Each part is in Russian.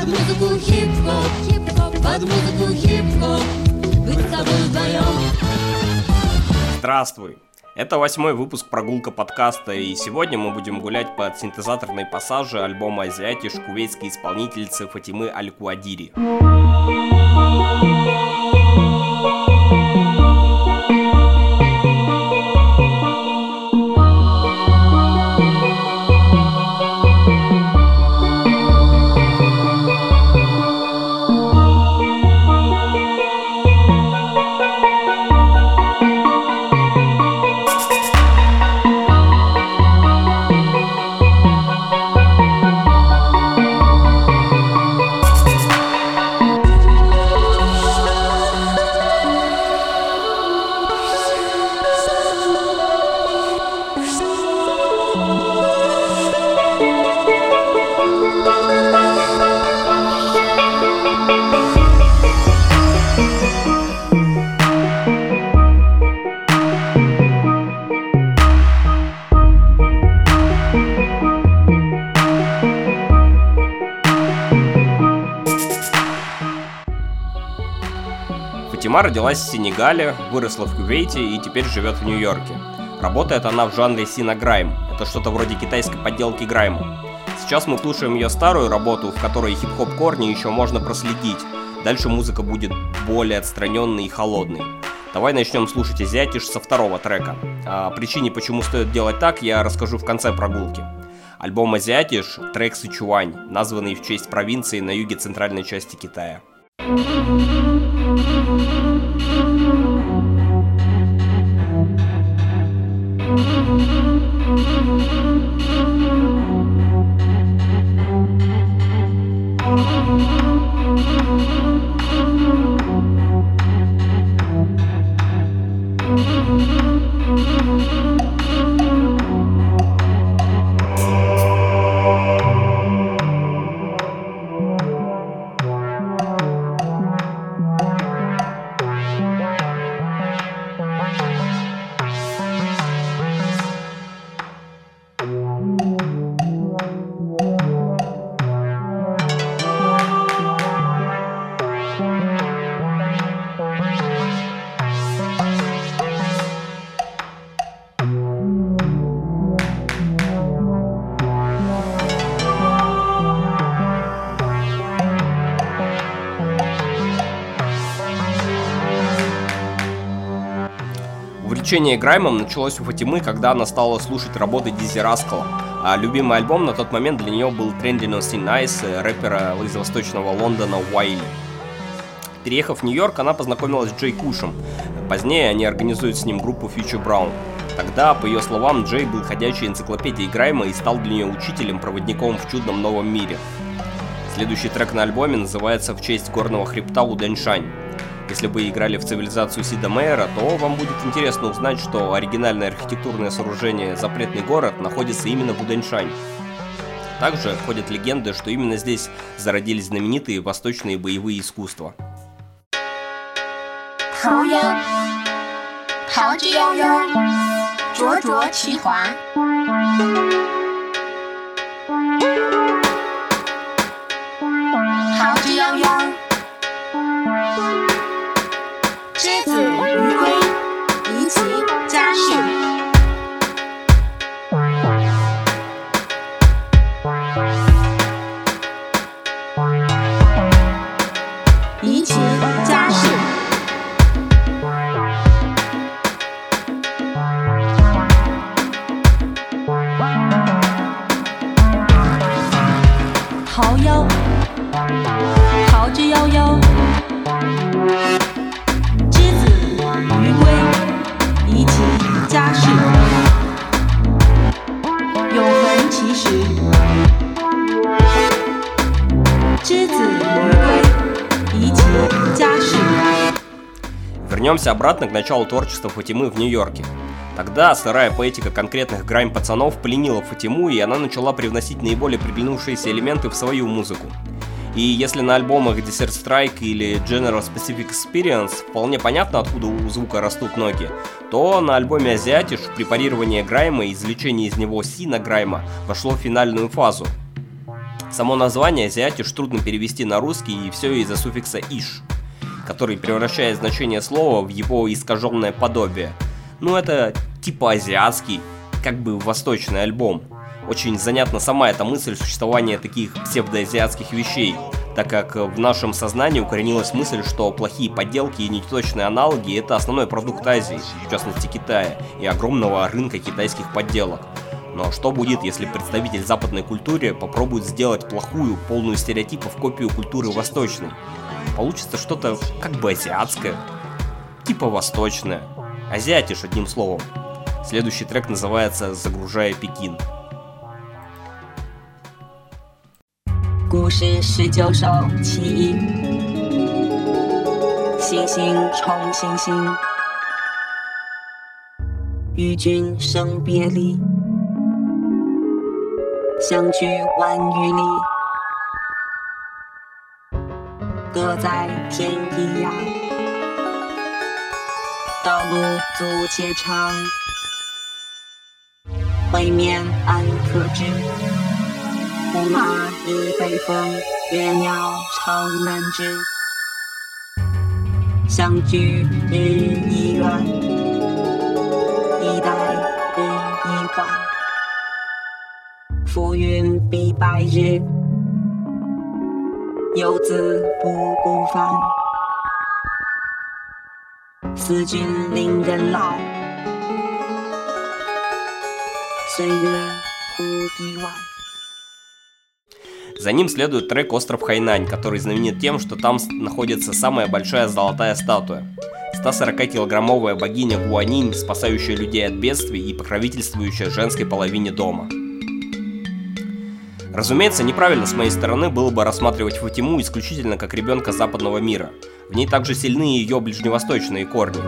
музыку хип-хоп, под музыку хип-хоп, быть с тобой вдвоем. Здравствуй! Это 8-й выпуск «Прогулка подкаста», и сегодня мы будем гулять под синтезаторные пассажи альбома «Азиатиш» кувейтской исполнительницы Фатимы Аль-Куадири. Фатима родилась в Сенегале, выросла в Кувейте и теперь живет в Нью-Йорке. Работает она в жанре синограйм, это что-то вроде китайской подделки грайма. Сейчас мы слушаем ее старую работу, в которой хип-хоп корни еще можно проследить. Дальше музыка будет более отстраненной и холодной. Давай начнем слушать «Азиатиш» со второго трека. О причине, почему стоит делать так, я расскажу в конце прогулки. Альбом «Азиатиш» — трек Сычуань, названный в честь провинции на юге центральной части Китая. Увлечение граймом началось у Фатимы, когда она стала слушать работы Дизи Раскала, а любимый альбом на тот момент для нее был Trending on Thin Ice рэпера из восточного Лондона Уайли. Переехав в Нью-Йорк, она познакомилась с Джей Кушем. Позднее они организуют с ним группу Future Brown. Тогда, по ее словам, Джей был ходячей энциклопедией грайма и стал для нее учителем, проводником в чудном новом мире. Следующий трек на альбоме называется в честь горного хребта Удэньшань. Если вы играли в цивилизацию Сида Мейера, то вам будет интересно узнать, что оригинальное архитектурное сооружение «Запретный город» находится именно в Удэньшань. Также ходят легенды, что именно здесь зародились знаменитые восточные боевые искусства. Вернемся обратно к началу творчества Фатимы в Нью-Йорке. Тогда сырая поэтика конкретных грайм-пацанов пленила Фатиму, и она начала привносить наиболее приглянувшиеся элементы в свою музыку. И если на альбомах Desert Strike или General Specific Experience вполне понятно, откуда у звука растут ноги, то на альбоме Азиатиш препарирование грайма и извлечение из него сина грайма вошло в финальную фазу. Само название «азиатиш» трудно перевести на русский, и все из-за суффикса «иш», который превращает значение слова в его искаженное подобие. Ну, это типа азиатский, как бы восточный альбом. Очень занятна сама эта мысль существования таких псевдоазиатских вещей, так как в нашем сознании укоренилась мысль, что плохие подделки и неточные аналоги – это основной продукт Азии, в частности Китая, и огромного рынка китайских подделок. Но что будет, если представитель западной культуры попробует сделать плохую, полную стереотипов копию культуры восточной? Получится что-то как бы азиатское, типа восточное. Азиатиш, одним словом. Следующий трек называется «Загружая Пекин». 故事19首其一，星星冲星星，与君生别离，相距万余里，各在天一涯，道路足且长，会面安可知。 胡马依北风，月鸟常南枝。相聚日已远，一待日已还。浮云蔽白日，游子不顾帆。思君令人老，岁月忽已晚。 За ним следует трек «Остров Хайнань», который знаменит тем, что там находится самая большая золотая статуя. 140-килограммовая богиня Гуанинь, спасающая людей от бедствий и покровительствующая женской половине дома. Разумеется, неправильно с моей стороны было бы рассматривать Фатиму исключительно как ребенка западного мира. В ней также сильны ее ближневосточные корни.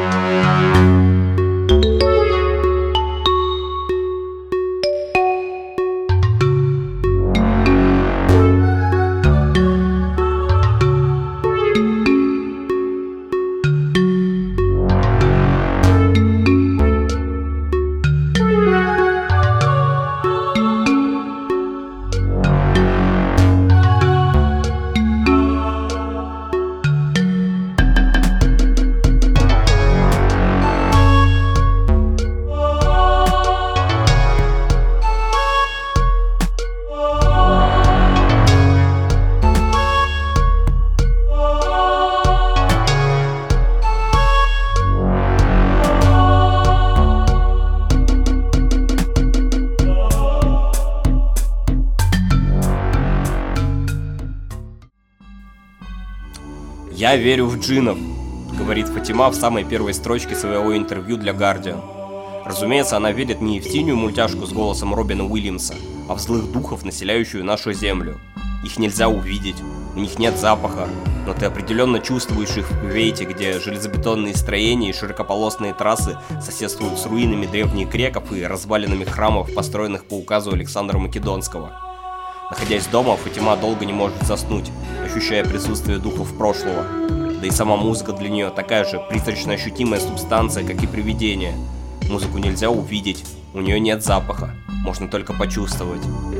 «Я верю в джиннов», — говорит Фатима в самой первой строчке своего интервью для Guardian. Разумеется, она верит не в синюю мультяшку с голосом Робина Уильямса, а в злых духов, населяющую нашу землю. Их нельзя увидеть, у них нет запаха, но ты определенно чувствуешь их в Кувейте, где железобетонные строения и широкополосные трассы соседствуют с руинами древних греков и развалинами храмов, построенных по указу Александра Македонского. Находясь дома, Фатима долго не может заснуть, ощущая присутствие духов прошлого. Да и сама музыка для нее такая же призрачно ощутимая субстанция, как и привидение. Музыку нельзя увидеть, у нее нет запаха, можно только почувствовать.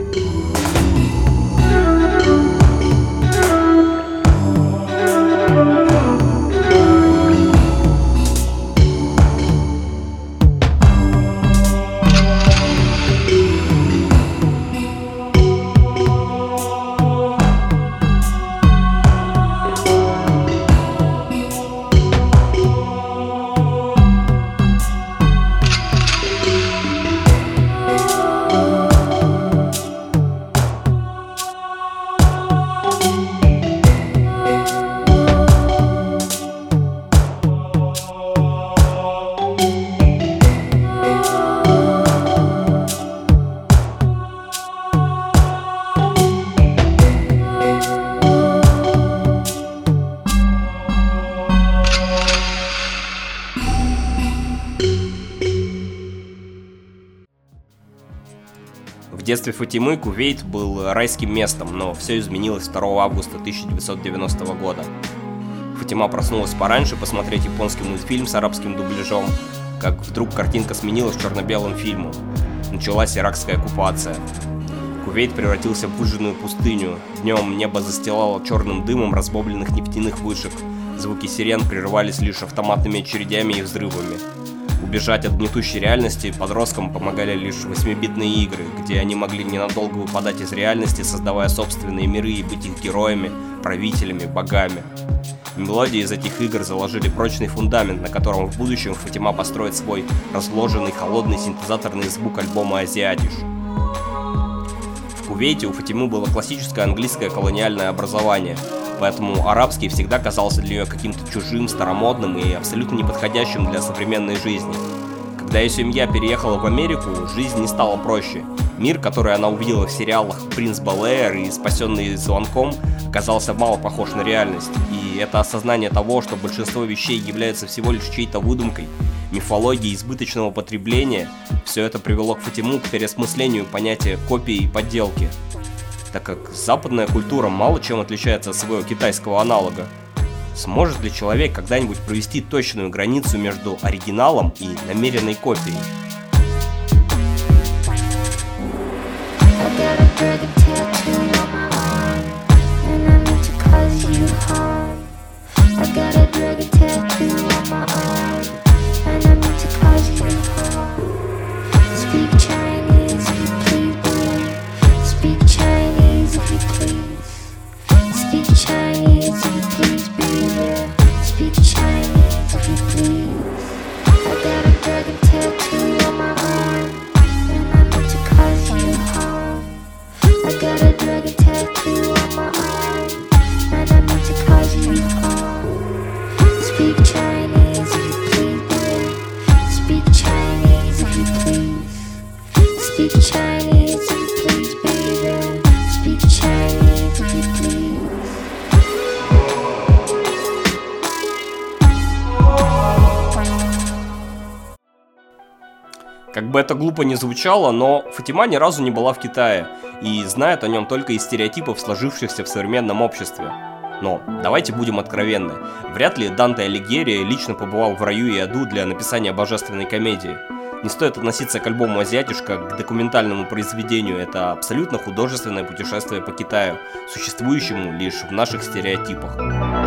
В детстве Фатимы Кувейт был райским местом, но все изменилось 2 августа 1990 года. Фатима проснулась пораньше посмотреть японский мультфильм с арабским дубляжом, как вдруг картинка сменилась черно-белым фильмом. Началась иракская оккупация. Кувейт превратился в выжженную пустыню. Днем небо застилало черным дымом разбомбленных нефтяных вышек. Звуки сирен прерывались лишь автоматными очередями и взрывами. Убежать от гнетущей реальности подросткам помогали лишь 8-битные игры, где они могли ненадолго выпадать из реальности, создавая собственные миры и быть их героями, правителями, богами. Мелодии из этих игр заложили прочный фундамент, на котором в будущем Фатима построит свой разложенный холодный синтезаторный звук альбома «Азиатиш». В Кувейте у Фатимы было классическое английское колониальное образование, поэтому арабский всегда казался для нее каким-то чужим, старомодным и абсолютно неподходящим для современной жизни. Когда ее семья переехала в Америку, жизнь не стала проще. Мир, который она увидела в сериалах «Принц Бел-Эйр» и «Спасенный звонком», оказался мало похож на реальность. И это осознание того, что большинство вещей являются всего лишь чьей-то выдумкой, мифологией избыточного потребления, все это привело к Фатиму к переосмыслению понятия копии и подделки. Так как западная культура мало чем отличается от своего китайского аналога. Сможет ли человек когда-нибудь провести точную границу между оригиналом и намеренной копией? Как бы это глупо ни звучало, но Фатима ни разу не была в Китае и знает о нем только из стереотипов, сложившихся в современном обществе. Но давайте будем откровенны, вряд ли Данте Алигьери лично побывал в раю и аду для написания божественной комедии. Не стоит относиться к альбому «Азиатиш» как к документальному произведению, это абсолютно художественное путешествие по Китаю, существующему лишь в наших стереотипах.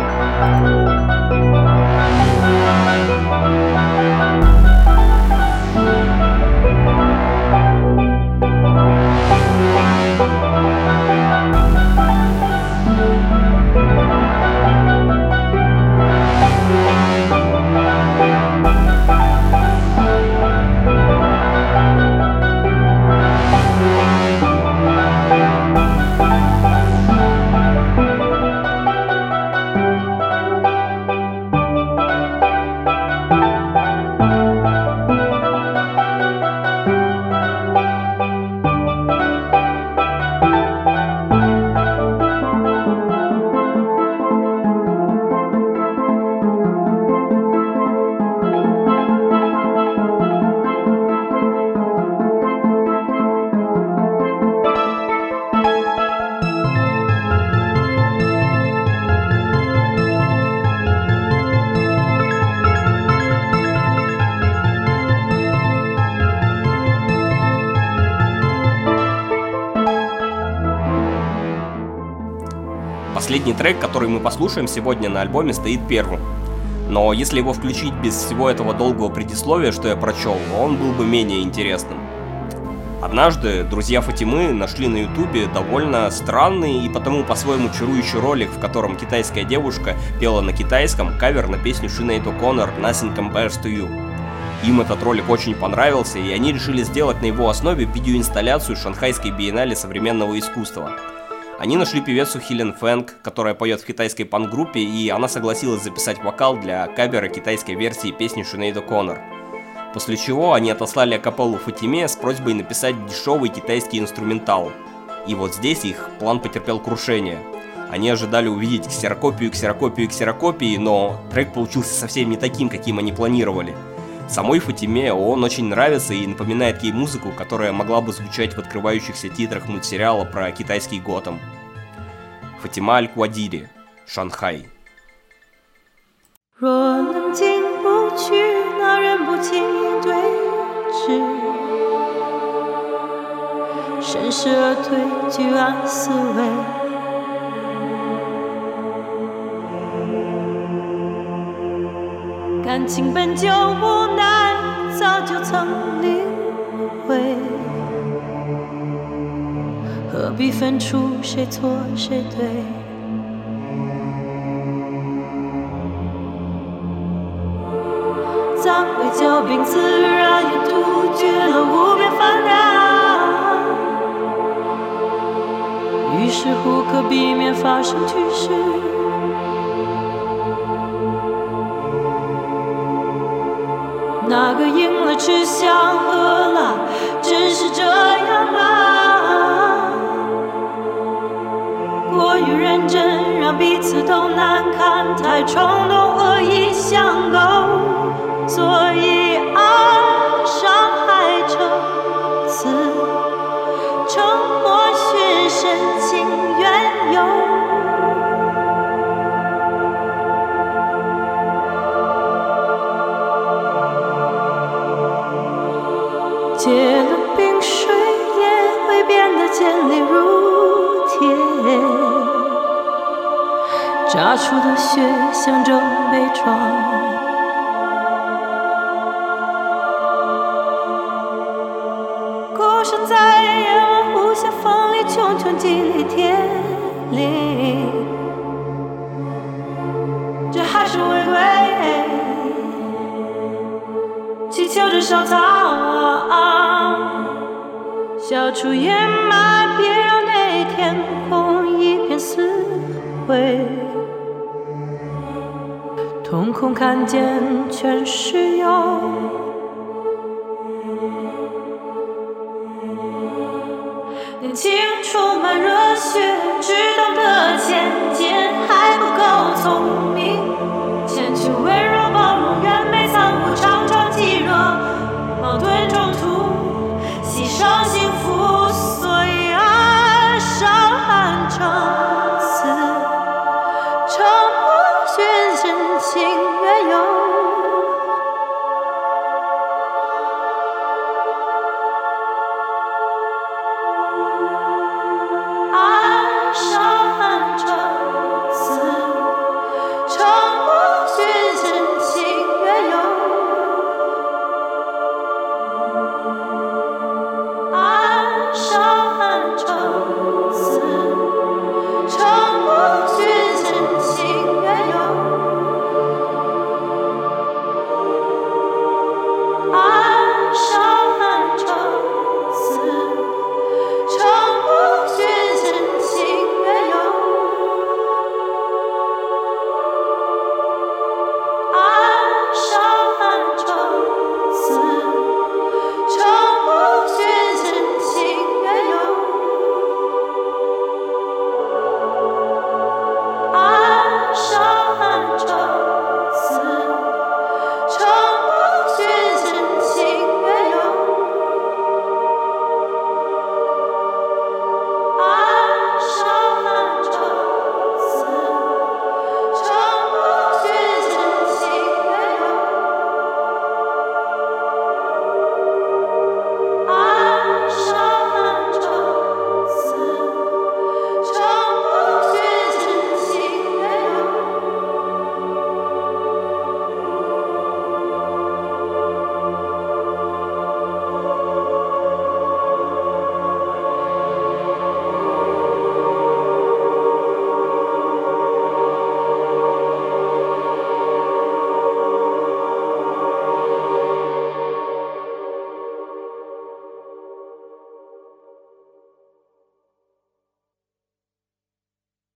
Последний трек, который мы послушаем сегодня на альбоме, стоит первым. Но если его включить без всего этого долгого предисловия, что я прочел, он был бы менее интересным. Однажды друзья Фатимы нашли на ютубе довольно странный и потому по-своему чарующий ролик, в котором китайская девушка пела на китайском кавер на песню Sinéad O'Connor «Nothing Compares to You». Им этот ролик очень понравился, и они решили сделать на его основе видеоинсталляцию Шанхайской биеннале современного искусства. Они нашли певицу Хелен Фэнг, которая поет в китайской панк-группе, и она согласилась записать вокал для кавера китайской версии песни Sinéad O'Connor. После чего они отослали акапеллу Фатиме с просьбой написать дешевый китайский инструментал. И вот здесь их план потерпел крушение. Они ожидали увидеть ксерокопию, но трек получился совсем не таким, каким они планировали. Самой Фатиме он очень нравится и напоминает ей музыку, которая могла бы звучать в открывающихся титрах мультсериала про китайский Готэм. Фатима Аль-Куадири, Шанхай. 若能进不去，那人不轻言对峙。 顺势而退，居安思危。感情本就无奈，早就曾领会，何必分出谁错谁对？暂会骄兵，自然也杜绝了无边烦恼。于是乎，可避免发生局势。哪个赢了吃香喝辣，真是这样啊？过于认真，让彼此都难堪，太冲动，恶意相勾。所以爱伤害成此，沉默是深情缘由。戒了冰水也会变得坚利如铁，榨出的血象征悲壮。孤身在夜晚无限风里，茕茕经历天灵，这还是违规，祈求着收藏，消除掩埋，别让那天空一片死灰，瞳孔看见全是忧。